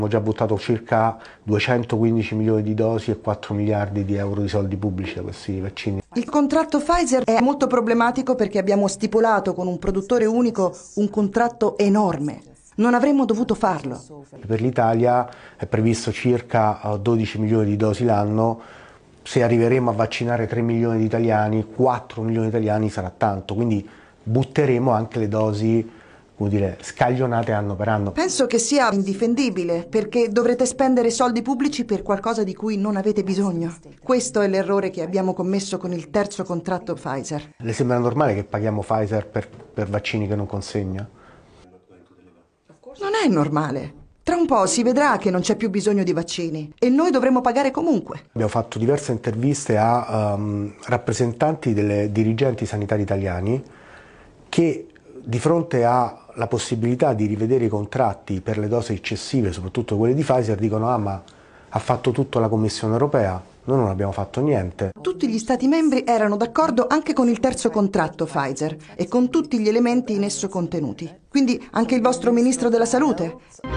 Abbiamo già buttato circa 215 milioni di dosi e 4 miliardi di euro di soldi pubblici da questi vaccini. Il contratto Pfizer è molto problematico perché abbiamo stipulato con un produttore unico un contratto enorme. Non avremmo dovuto farlo. Per l'Italia è previsto circa 12 milioni di dosi l'anno. Se arriveremo a vaccinare 3 milioni di italiani, 4 milioni di italiani sarà tanto, quindi butteremo anche le dosi, come dire, scaglionate anno per anno. Penso che sia indifendibile, perché dovrete spendere soldi pubblici per qualcosa di cui non avete bisogno. Questo è l'errore che abbiamo commesso con il terzo contratto Pfizer. Le sembra normale che paghiamo Pfizer per vaccini che non consegna? Non è normale. Tra un po' si vedrà che non c'è più bisogno di vaccini e noi dovremo pagare comunque. Abbiamo fatto diverse interviste a rappresentanti delle dirigenti sanitari italiani che di fronte alla possibilità di rivedere i contratti per le dosi eccessive, soprattutto quelle di Pfizer, dicono: ah, ma ha fatto tutto la Commissione europea, noi non abbiamo fatto niente. Tutti gli Stati membri erano d'accordo anche con il terzo contratto Pfizer e con tutti gli elementi in esso contenuti. Quindi anche il vostro Ministro della Salute.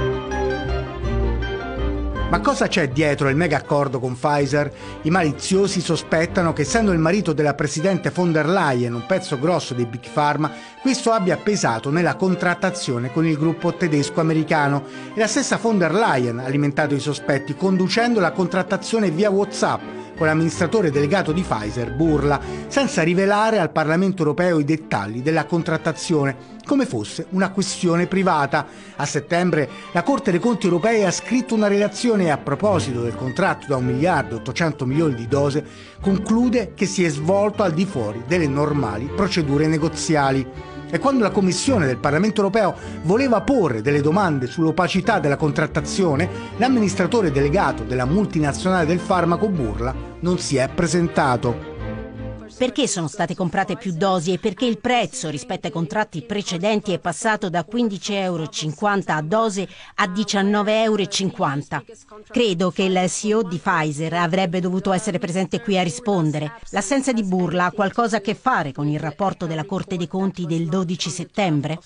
Ma cosa c'è dietro il mega accordo con Pfizer? I maliziosi sospettano che, essendo il marito della presidente von der Leyen un pezzo grosso dei Big Pharma, questo abbia pesato nella contrattazione con il gruppo tedesco-americano e la stessa von der Leyen ha alimentato i sospetti conducendo la contrattazione via WhatsApp con l'amministratore delegato di Pfizer, Bourla, senza rivelare al Parlamento europeo i dettagli della contrattazione, come fosse una questione privata. A settembre la Corte dei Conti europea ha scritto una relazione e, a proposito del contratto da 1 miliardo e 800 milioni di dosi, conclude che si è svolto al di fuori delle normali procedure negoziali. E quando la Commissione del Parlamento europeo voleva porre delle domande sull'opacità della contrattazione, l'amministratore delegato della multinazionale del farmaco Bourla non si è presentato. Perché sono state comprate più dosi e perché il prezzo rispetto ai contratti precedenti è passato da 15,50 € a dose a 19,50 €. Credo che il CEO di Pfizer avrebbe dovuto essere presente qui a rispondere. L'assenza di Bourla ha qualcosa a che fare con il rapporto della Corte dei Conti del 12 settembre?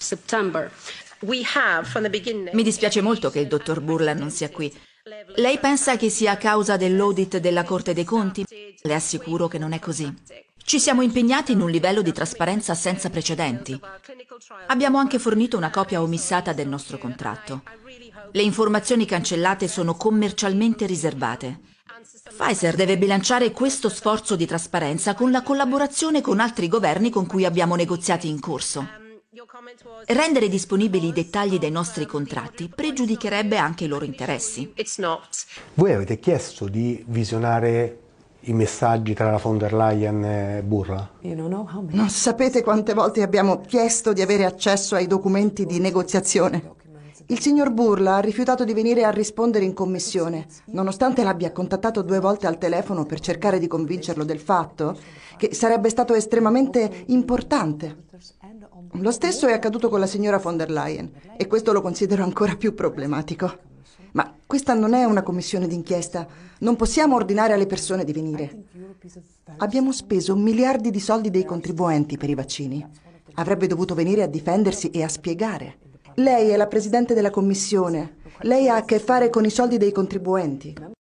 Mi dispiace molto che il dottor Bourla non sia qui. Lei pensa che sia a causa dell'audit della Corte dei Conti? Le assicuro che non è così. Ci siamo impegnati in un livello di trasparenza senza precedenti. Abbiamo anche fornito una copia omissata del nostro contratto. Le informazioni cancellate sono commercialmente riservate. Pfizer deve bilanciare questo sforzo di trasparenza con la collaborazione con altri governi con cui abbiamo negoziati in corso. Rendere disponibili i dettagli dei nostri contratti pregiudicherebbe anche i loro interessi. Voi avete chiesto di visionare i messaggi tra la von der Leyen e Bourla? Non sapete quante volte abbiamo chiesto di avere accesso ai documenti di negoziazione. Il signor Bourla ha rifiutato di venire a rispondere in commissione, nonostante l'abbia contattato 2 volte al telefono per cercare di convincerlo del fatto che sarebbe stato estremamente importante. Lo stesso è accaduto con la signora von der Leyen e questo lo considero ancora più problematico. Ma questa non è una commissione d'inchiesta. Non possiamo ordinare alle persone di venire. Abbiamo speso miliardi di soldi dei contribuenti per i vaccini. Avrebbe dovuto venire a difendersi e a spiegare. Lei è la presidente della commissione. Lei ha a che fare con i soldi dei contribuenti.